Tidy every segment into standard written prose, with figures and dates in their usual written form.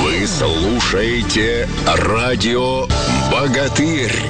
Вы слушаете радио «Богатырь».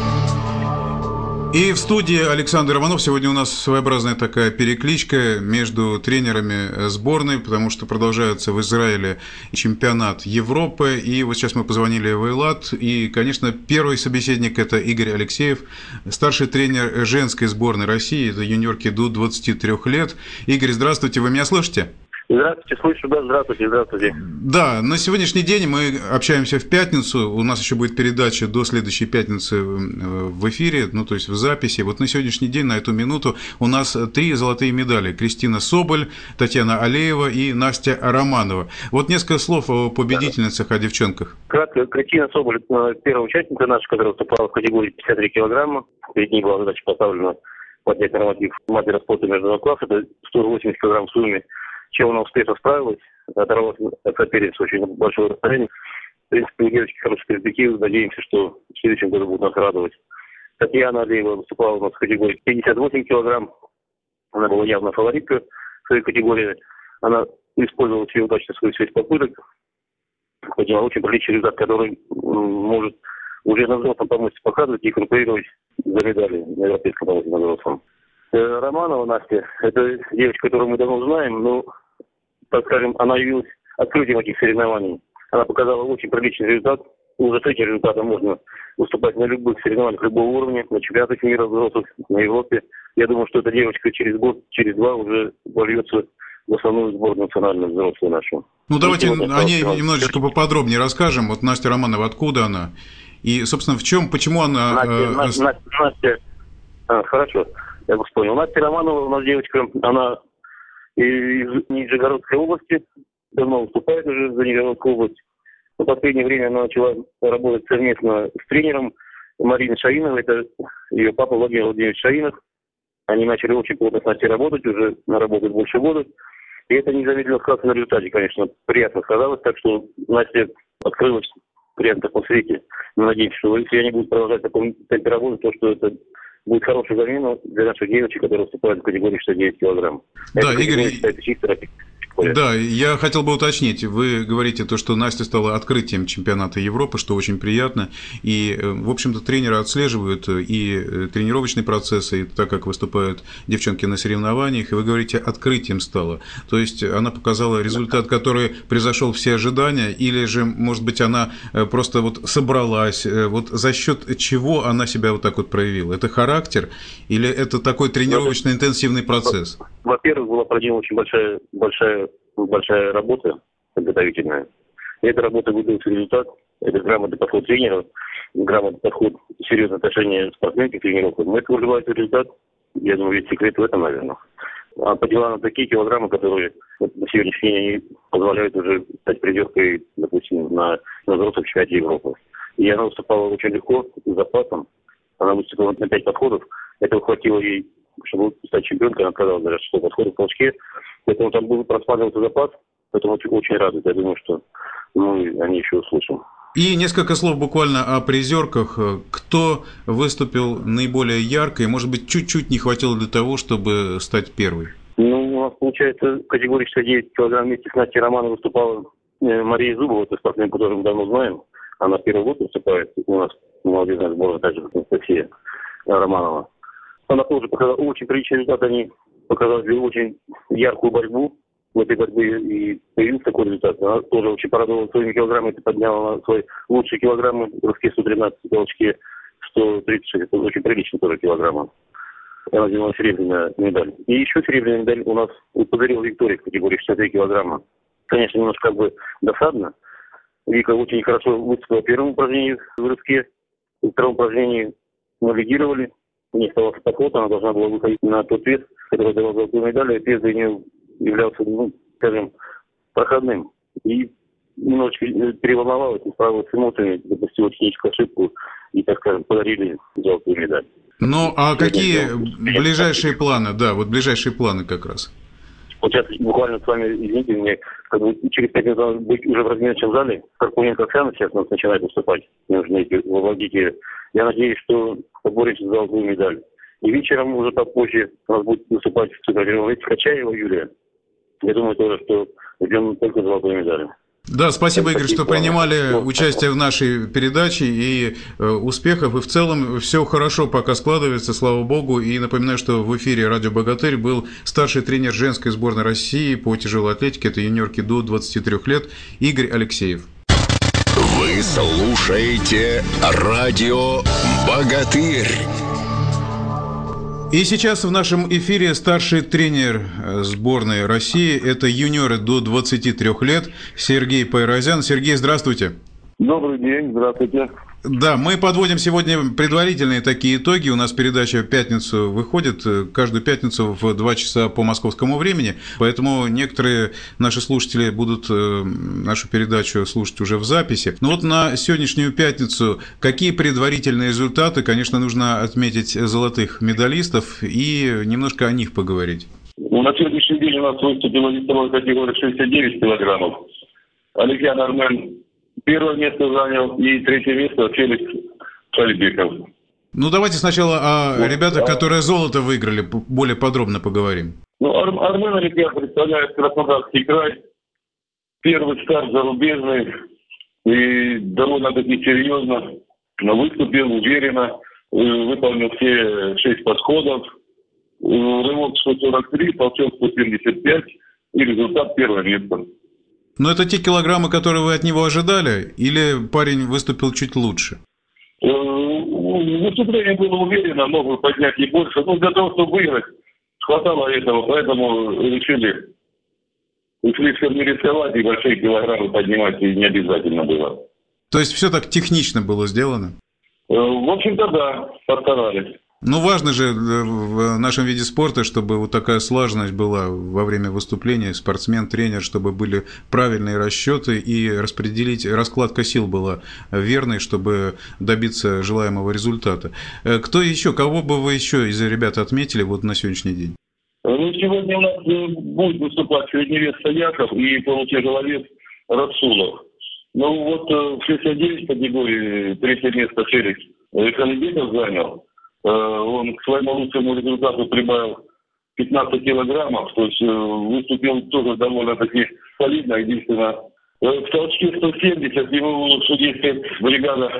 И в студии Александр Иванов. Сегодня у нас своеобразная такая перекличка между тренерами сборной, потому что продолжается в Израиле чемпионат Европы. И вот сейчас мы позвонили в Эйлат. И, конечно, первый собеседник – это Игорь Алексеев, старший тренер женской сборной России, это юниорки до 23 лет. Игорь, здравствуйте, вы меня слышите? Здравствуйте, слышу, да, здравствуйте. Да, на сегодняшний день мы общаемся в пятницу, у нас еще будет передача до следующей пятницы в эфире, ну, то есть в записи. Вот на сегодняшний день, на эту минуту, у нас 3 золотые медали. Кристина Соболь, Татьяна Алеева и Настя Романова. Вот несколько слов о победительницах, о девчонках. Кратко, Кристина Соболь, первая участница наша, которая выступала в категории 53 килограмма. Перед ней была задача поставлена поднять норматив мастера спорта международного класса, это 180 килограмм в сумме. Чем она успешно справилась, оторвалась от соперницы очень большое расстояние. В принципе, у девочки хорошие перспективы. Надеемся, что в следующем году будут нас радовать. Татьяна Алеева выступала у нас в категории 58 килограмм. Она была явно фаворитка в своей категории. Она использовала очень удачно свою 6 попыток. Подняла очень приличный результат, который может уже на взрослом помочь показывать и конкурировать за медали на европейском помощи на взрослом. Романова Настя, это девочка, которую мы давно знаем, но, так скажем, она явилась открытием этих соревнований. Она показала очень приличный результат. Уже с этим результатом можно выступать на любых соревнованиях любого уровня, на чемпионатах мира взрослых, на Европе. Я думаю, что эта девочка через год, через два уже вольется в основную сборную национальную взрослую нашу. Ну, давайте о ней немножечко поподробнее расскажем. Вот Настя Романова, откуда она? И, собственно, почему она... Настя, хорошо. Я вас понял. Настя Романова у нас девочка, она из Нижегородской области, давно выступает уже за Нижегородскую область. В последнее время она начала работать совместно с тренером Мариной Шаиновой, это ее папа Владимир Владимирович Шаинов. Они начали очень плотно с Настей работать, уже работают больше года. И это не замедлило сказаться на результате, конечно, приятно сказалось. Так что Настя открылась приятно в таком свете. Мы надеемся, что если они будут продолжать в таком темпе работать, то что это будет хорошая замена для наших девочек, которые выступают в категории 69 килограмм. Да, Игорь, это чисто. Да, я хотел бы уточнить, вы говорите то, что Настя стала открытием чемпионата Европы, что очень приятно, и, в общем-то, тренеры отслеживают и тренировочный процесс, и так как выступают девчонки на соревнованиях, и вы говорите, открытием стала, то есть она показала результат, который превзошел все ожидания, или же, может быть, она просто вот собралась, вот за счет чего она себя вот так вот проявила? Это характер или это такой тренировочно интенсивный процесс? Во-первых, была проделана очень большая работа подготовительная. И эта работа выдает результат. Это грамотный подход тренера, грамотный подход, серьезное отношение спортсменки к тренировкам. Это выливает результат. Я думаю, весь секрет в этом, наверное. А подняла на такие килограммы, которые на сегодняшний день позволяют уже стать призеркой, допустим, на взрослом чемпионате Европы. И она выступала очень легко, с запасом. Она выступила на 5 подходов. Этого хватило ей, чтобы стать чемпионкой. Она отказалась даже 6 подходов в толчке. Поэтому там будет просматриваться запас. Поэтому очень радует. Я думаю, что мы о ней еще услышим. И несколько слов буквально о призерках. Кто выступил наиболее ярко и, может быть, чуть-чуть не хватило для того, чтобы стать первой? Ну, у нас, получается, в категории 69 килограмм вместе с Настей Романовой выступала Мария Зубова. Это спортсмен, которую мы давно знаем. Она первый год выступает у нас в молодежной сборной, также Анастасия Романова. Она тоже показала очень приличный результат. Они показали очень яркую борьбу. В этой борьбе и появился такой результат. Она тоже очень порадовала своими килограммами. Подняла на свои лучшие килограммы в рывке 113, в толчке 136. Это очень прилично тоже килограммы. Она взяла серебряную медаль. И еще серебряную медаль у нас подарила Виктория в категории 63 килограмма. Конечно, немножко досадно. Вика очень хорошо выступила в первом упражнении в рывке. В втором упражнении мы лидировали. У нее оставался подход, она должна была выходить на тот вес, который давал золотую медаль, и вес для нее являлся, скажем, проходным. И немножечко переволновалась, не справилась с эмоциями, допустила техническую ошибку и, так скажем, подарили золотую медаль. Ну, а какие ближайшие планы? Да, вот ближайшие планы как раз. Вот сейчас буквально с вами, извините, мне как бы через 5 минут надо быть уже в разминочном зале. Карпуненко Оксана сейчас у нас начинает выступать. Мне нужны эти владельцы. Я надеюсь, что поборемся за золотую медаль. И вечером уже попозже у нас будет выступать в Качаева Юлия. Я думаю тоже, что ждем только золотой медали. Да, спасибо, Игорь, что принимали участие в нашей передаче, и успехов, и в целом все хорошо пока складывается, слава богу, и напоминаю, что в эфире «Радио Богатырь» был старший тренер женской сборной России по тяжелой атлетике, это юниорки до 23 лет, Игорь Алексеев. Вы слушаете «Радио Богатырь». И сейчас в нашем эфире старший тренер сборной России, это юниоры до 23 лет, Сергей Пайразян. Сергей, здравствуйте. Добрый день, здравствуйте. Да, мы подводим сегодня предварительные такие итоги. У нас передача в пятницу выходит, каждую пятницу в 2 часа по московскому времени, поэтому некоторые наши слушатели будут нашу передачу слушать уже в записи. Но вот на сегодняшнюю пятницу какие предварительные результаты? Конечно, нужно отметить золотых медалистов и немножко о них поговорить. На сегодняшний день у нас выступила весовая категория 69 килограммов. Александр Армен первое место занял, и третье место Феликс Шалибеков. Ну, давайте сначала о ребятах, которые золото выиграли, более подробно поговорим. Ну, Армен Александр представляет Краснодарский край. Первый старт зарубежный, и довольно-таки серьезно, но выступил уверенно, выполнил все 6 подходов. Рывок 143, толчок 175, и результат первое место. Но это те килограммы, которые вы от него ожидали, или парень выступил чуть лучше? Выступление было уверенно, мог бы поднять и больше. Но для того, чтобы выиграть, хватало этого, поэтому решили слишком не рисковать и большие килограммы поднимать и не обязательно было. То есть все так технично было сделано? В общем-то, да, постарались. Ну, важно же в нашем виде спорта, чтобы вот такая слаженность была во время выступления, спортсмен, тренер, чтобы были правильные расчеты и раскладка сил была верной, чтобы добиться желаемого результата. Кто еще, кого бы вы еще из ребят отметили вот на сегодняшний день? Ну, сегодня у нас будет выступать средневес Саяков и полутяжеловес Расулов. Ну, вот в 69 категории третье место Феликс Шалибеков занял. Он к своему лучшему результату прибавил 15 килограммов, то есть выступил тоже довольно-таки солидно. Единственное, в толчке 170 его судейская бригада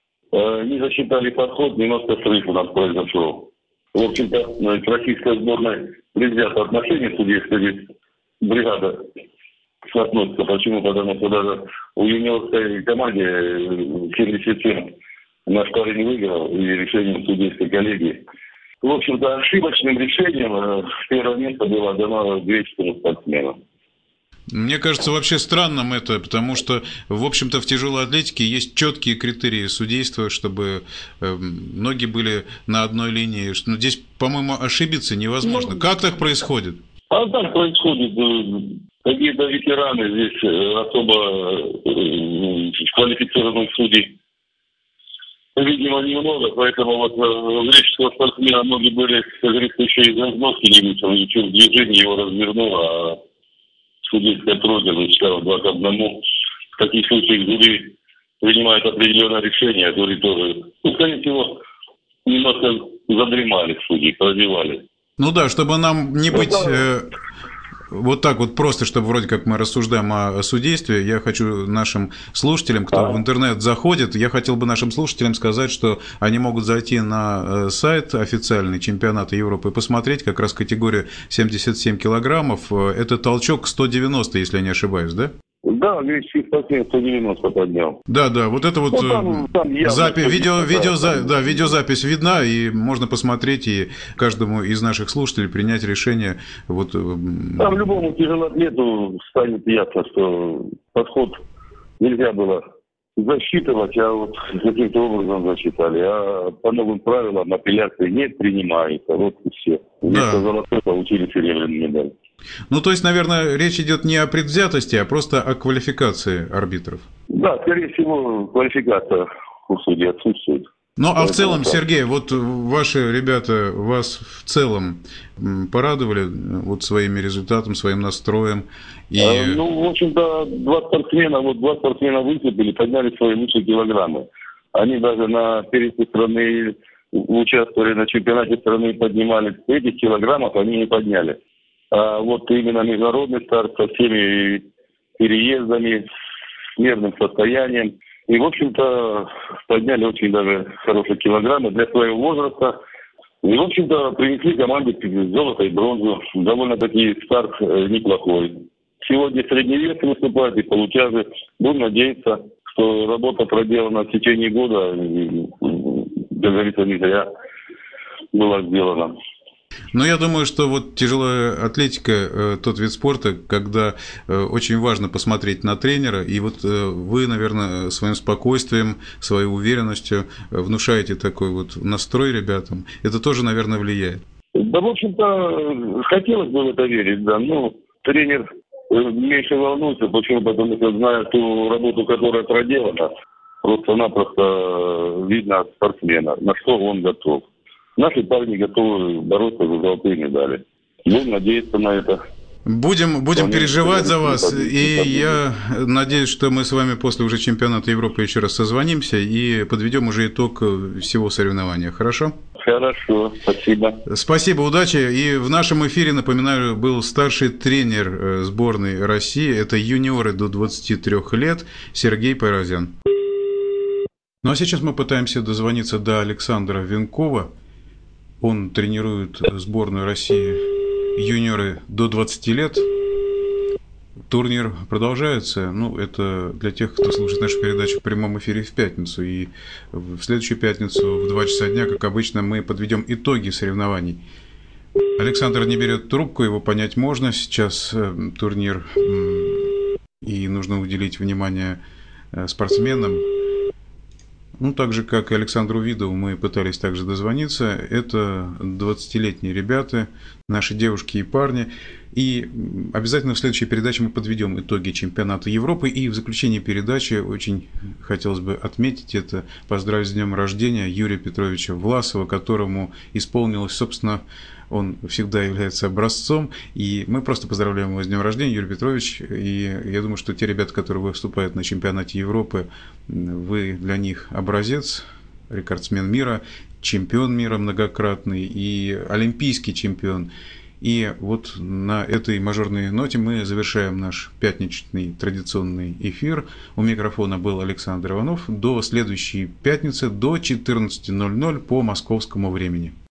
не засчитали подход, немножко срыв у нас произошел. В общем-то, к российской сборной предвзято отношение судейской бригады относится. Почему? Потому что даже у юниорской команде 77 наш парень выиграл, и решением судейской коллегии. В общем-то, ошибочным решением первое место было дано греческому спортсмену. Мне кажется, вообще странным это, потому что, в общем-то, в тяжелой атлетике есть четкие критерии судейства, чтобы ноги были на одной линии. Но здесь, по-моему, ошибиться невозможно. Как так происходит? А так происходит. Какие-то ветераны здесь особо квалифицированных судей, видимо, немного, поэтому вот греческого спортсмена ноги были, как говорится, еще из разноски не вышел, еще в движении его развернул, а судейская тройка засчитала 2 к 1. В таких случаях жюри принимает определенное решение, жюри тоже, скорее всего, немножко задремали судьи, прозевали. Ну да, чтобы нам не быть вот так вот просто, чтобы вроде как мы рассуждаем о судействе, я хочу нашим слушателям, кто в интернет заходит, я хотел бы нашим слушателям сказать, что они могут зайти на сайт официальный чемпионата Европы и посмотреть как раз категорию 77 килограммов. Это толчок 190, если я не ошибаюсь, да? Да, греческий спортсмен 190 поднял. Да, вот это вот видеозапись видна, и можно посмотреть, и каждому из наших слушателей принять решение. Вот. Там любому тяжелоатлету станет ясно, что подход нельзя было засчитывать, а вот каким-то образом засчитали. А по новым правилам апелляции не принимается. Вот и все. Вместо золотой получили серебряную медаль. Ну, то есть, наверное, речь идет не о предвзятости, а просто о квалификации арбитров. Да, скорее всего, квалификация у судей отсутствует. Ну, а в целом, Сергей, вот ваши ребята вас в целом порадовали вот своими результатами, своим настроем? И... Ну, в общем-то, два спортсмена выступили, подняли свои лучшие килограммы. Они даже на передней страны участвовали на чемпионате страны, поднимали этих килограммов, они не подняли. А вот именно международный старт со всеми переездами, нервным состоянием. И, в общем-то, подняли очень даже хорошие килограммы для своего возраста. И, в общем-то, принесли команде золото и бронзу. Довольно-таки старт неплохой. Сегодня средний вес выступает и полутяжи. Будем надеяться, что работа проделана в течение года, и, как говорится, не зря была сделана. Но я думаю, что вот тяжелая атлетика, тот вид спорта, когда очень важно посмотреть на тренера, и вот вы, наверное, своим спокойствием, своей уверенностью внушаете такой вот настрой ребятам. Это тоже, наверное, влияет. Да, в общем-то, хотелось бы в это верить, да. Но тренер меньше волнуется. Почему? Потому что знает ту работу, которая проделана. Просто-напросто видно от спортсмена, на что он готов. Наши парни готовы бороться за золотые медали. Будем надеяться на это. Будем переживать за вас. И я надеюсь, что мы с вами после уже чемпионата Европы еще раз созвонимся и подведем уже итог всего соревнования. Хорошо? Хорошо, спасибо. Спасибо, удачи. И в нашем эфире, напоминаю, был старший тренер сборной России. Это юниоры до 23 лет Сергей Пайразян. Ну а сейчас мы пытаемся дозвониться до Александра Венкова. Он тренирует сборную России юниоры до 20 лет. Турнир продолжается. Ну, это для тех, кто слушает нашу передачу в прямом эфире в пятницу. И в следующую пятницу в 2 часа дня, как обычно, мы подведем итоги соревнований. Александр не берет трубку, его понять можно. Сейчас турнир, и нужно уделить внимание спортсменам. Ну, так же, как и Александру Видову, мы пытались также дозвониться. Это 20-летние ребята, наши девушки и парни. И обязательно в следующей передаче мы подведем итоги чемпионата Европы. И в заключении передачи очень хотелось бы отметить это, поздравить с днем рождения Юрия Петровича Власова, которому исполнилось, собственно, он всегда является образцом, и мы просто поздравляем его с днем рождения, Юрий Петрович, и я думаю, что те ребята, которые выступают на чемпионате Европы, вы для них образец, рекордсмен мира, чемпион мира многократный и олимпийский чемпион. И вот на этой мажорной ноте мы завершаем наш пятничный традиционный эфир. У микрофона был Александр Иванов. До следующей пятницы, до 14:00 по московскому времени.